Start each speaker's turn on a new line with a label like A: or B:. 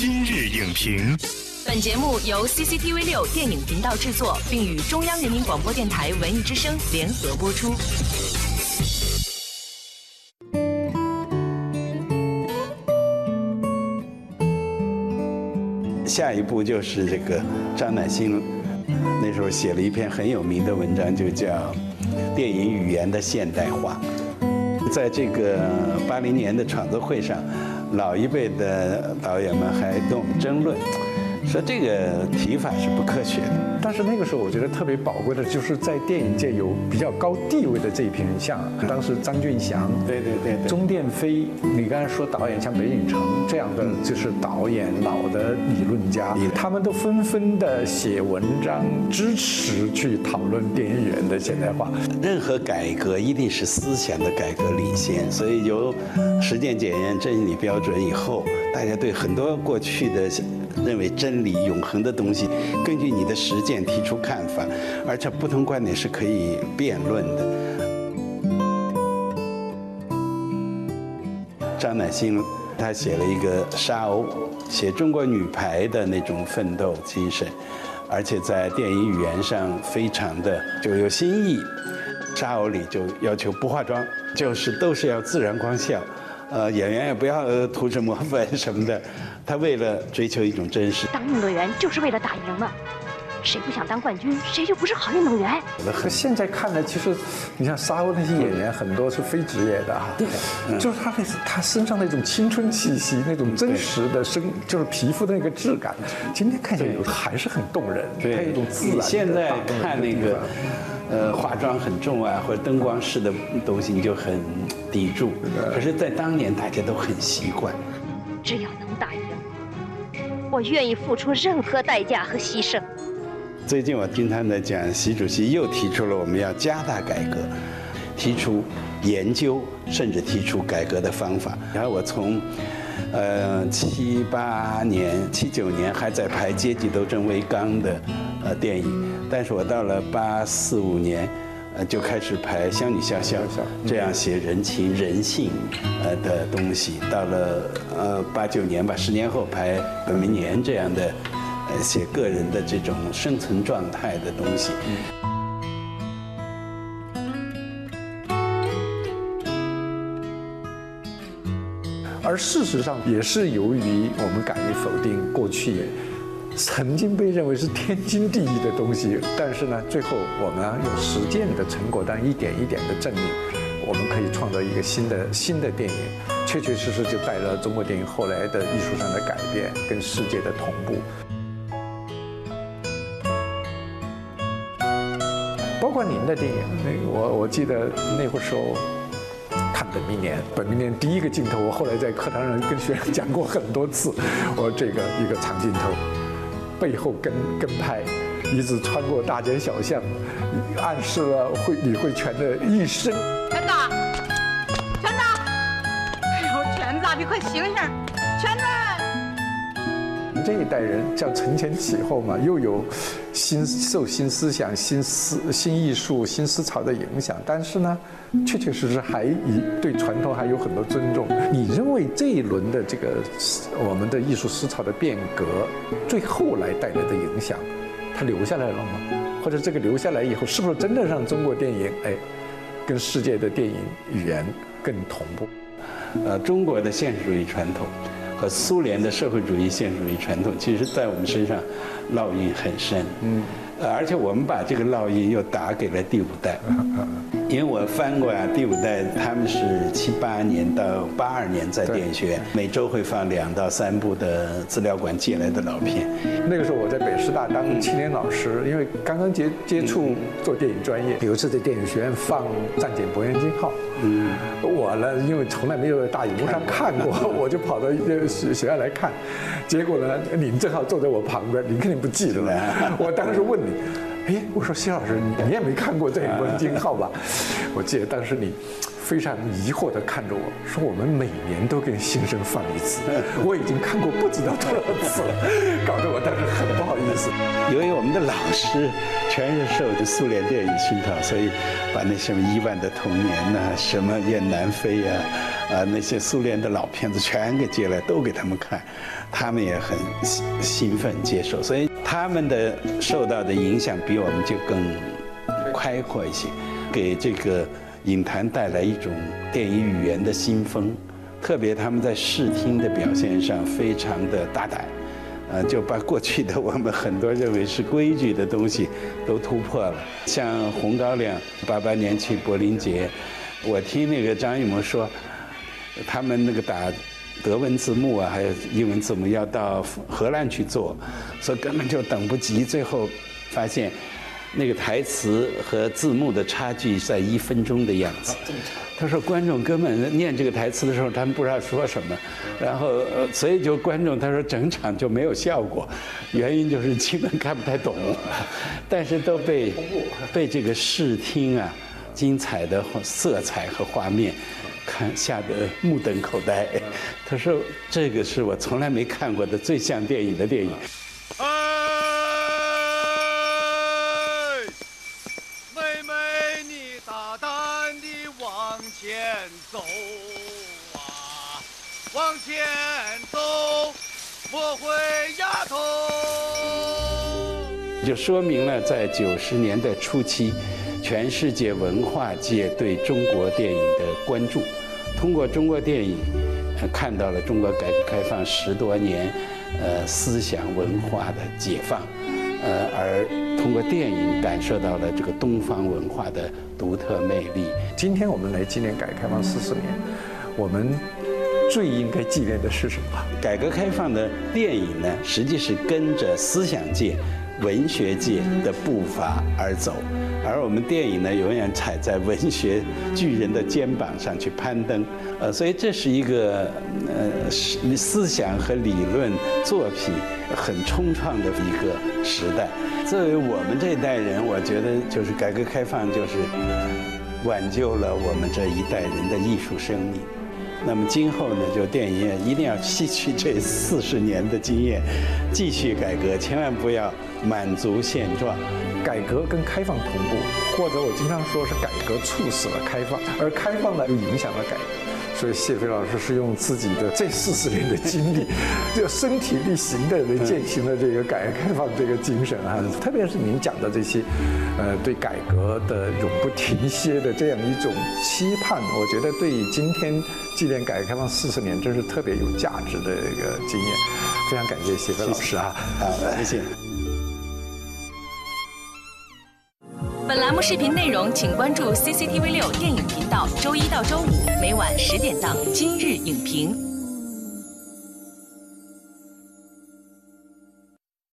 A: 今日影评。
B: 本节目由 CCTV6 电影频道制作，并与中央人民广播电台文艺之声联合播出。
C: 下一步就是这个张乃馨，那时候写了一篇很有名的文章，就叫《电影语言的现代化》。在这个80年的创作会上，老一辈的导演们还跟我们争论，说这个提法是不科学的。
D: 但是那个时候，我觉得特别宝贵的就是在电影界有比较高地位的这一批人，像当时张俊祥、
C: 对，
D: 钟殿飞，你刚才说导演像北影城这样的，就是导演老的理论家，他们都纷纷的写文章支持去讨论电影语言的现代化。
C: 任何改革一定是思想的改革领先，所以由实践检验真理标准以后，大家对很多过去的认为真理永恒的东西，根据你的实践提出看法，而且不同观点是可以辩论的。张乃馨她写了一个沙鸥，写中国女排的那种奋斗精神，而且在电影语言上非常的就有新意。沙鸥里就要求不化妆，就是都是要自然光效。演员也不要涂脂抹粉什么的，他为了追求一种真实。
E: 当运动员就是为了打赢嘛，谁不想当冠军，谁就不是好运动员。
D: 可现在看来，其实你像沙鸥那些演员很多是非职业的啊，对，就是他身上那种青春气息，那种真实的就是皮肤的那个质感，今天看起来还是很动人，它有一种自然的。
C: 现在看那个。化妆很重啊，或者灯光式的东西，你就很抵触。可是，在当年大家都很习惯。
E: 只要能打赢，我愿意付出任何代价和牺牲。
C: 最近我听他们讲，习主席又提出了我们要加大改革，提出研究，甚至提出改革的方法。然后我从78年、79年还在拍阶级斗争为纲的电影，但是我到了845年，就开始拍《乡女笑笑》，这样写人情人性的东西。到了89年吧，10年后拍《本命年》这样的写个人的这种生存状态的东西。
D: 而事实上，也是由于我们敢于否定过去曾经被认为是天经地义的东西，但是呢，最后我们用实践的成果，但一点一点的证明，我们可以创造一个新的电影，确确实实就带了中国电影后来的艺术上的改变，跟世界的同步。包括您的电影，我记得那个时候。看《本命年》第一个镜头，我后来在课堂上跟学生讲过很多次。我这个一个长镜头，背后跟拍，一直穿过大街小巷，暗示了李慧泉的一生。
F: 全子，哎呦，全子，你快醒醒！全子，
D: 这一代人叫承前启后嘛，又有受新思想、新艺术、新思潮的影响，但是呢，确确实实还对传统还有很多尊重。你认为这一轮的这个我们的艺术思潮的变革，最后来带来的影响，它留下来了吗？或者这个留下来以后，是不是真的让中国电影跟世界的电影语言更同步？
C: 中国的现实主义传统和苏联的社会主义现实主义传统，其实在我们身上烙印很深。而且我们把这个烙印又打给了第五代，因为我翻过第五代他们是78年到82年在电影学院，每周会放2到3部的资料馆借来的老片。
D: 那个时候我在北师大当青年老师，因为刚刚接触做电影专业，有一次在电影学院放《战舰博元金号》，我呢因为从来没有在大荧幕上看过，我就跑到学院来看，结果呢您正好坐在我旁边，您肯定不记得了。我当时问你。我说谢老师，你也没看过这一部金号吧？我记得当时你非常疑惑地看着我说：“我们每年都跟新生放一次，我已经看过不知道多少次了，搞得我当时很不好意思。”
C: 由于我们的老师全是受着苏联电影熏陶，所以把那什么伊万的童年呐、什么雁南飞呀、 那些苏联的老片子全给接来，都给他们看，他们也很兴奋接受，所以他们的受到的影响比我们就更开阔一些，给这个影坛带来一种电影语言的新风。特别他们在视听的表现上非常的大胆，就把过去的我们很多认为是规矩的东西都突破了。像《红高粱》，88年去柏林节，我听那个张艺谋说，他们那个打德文字幕啊，还有英文字幕要到荷兰去做，所以根本就等不及，最后发现那个台词和字幕的差距在1分钟的样子。他说观众根本念这个台词的时候，他们不知道说什么，然后所以就观众他说整场就没有效果，原因就是基本看不太懂，但是都被这个视听啊精彩的色彩和画面吓得目瞪口呆。他说这个是我从来没看过的最像电影的电影。
A: 往前走，莫回丫头。
C: 就说明了在90年代初期，全世界文化界对中国电影的关注，通过中国电影，看到了中国改革开放10多年，思想文化的解放，而通过电影感受到了这个东方文化的独特魅力。
D: 今天我们来纪念改革开放40年，我们最应该纪念的是什么？
C: 改革开放的电影呢，实际是跟着思想界、文学界的步伐而走，而我们电影呢，永远踩在文学巨人的肩膀上去攀登。所以这是一个思想和理论作品很冲创的一个时代。作为我们这一代人，我觉得就是改革开放就是挽救了我们这一代人的艺术生命。那么今后呢，就电影业一定要吸取这40年的经验，继续改革，千万不要满足现状。
D: 改革跟开放同步，或者我经常说是改革促使了开放，而开放呢又影响了改革。所以谢飞老师是用自己的这40年的经历，就身体力行的践行了这个改革开放这个精神啊。特别是您讲的这些，对改革的永不停歇的这样一种期盼，我觉得对今天纪念改革开放40年，真是特别有价值的一个经验。非常感谢谢飞老师啊！
C: 好，谢谢。
B: 本栏目视频内容，请关注 CCTV6电影频道，周1到周5每晚10点档《今日影评》。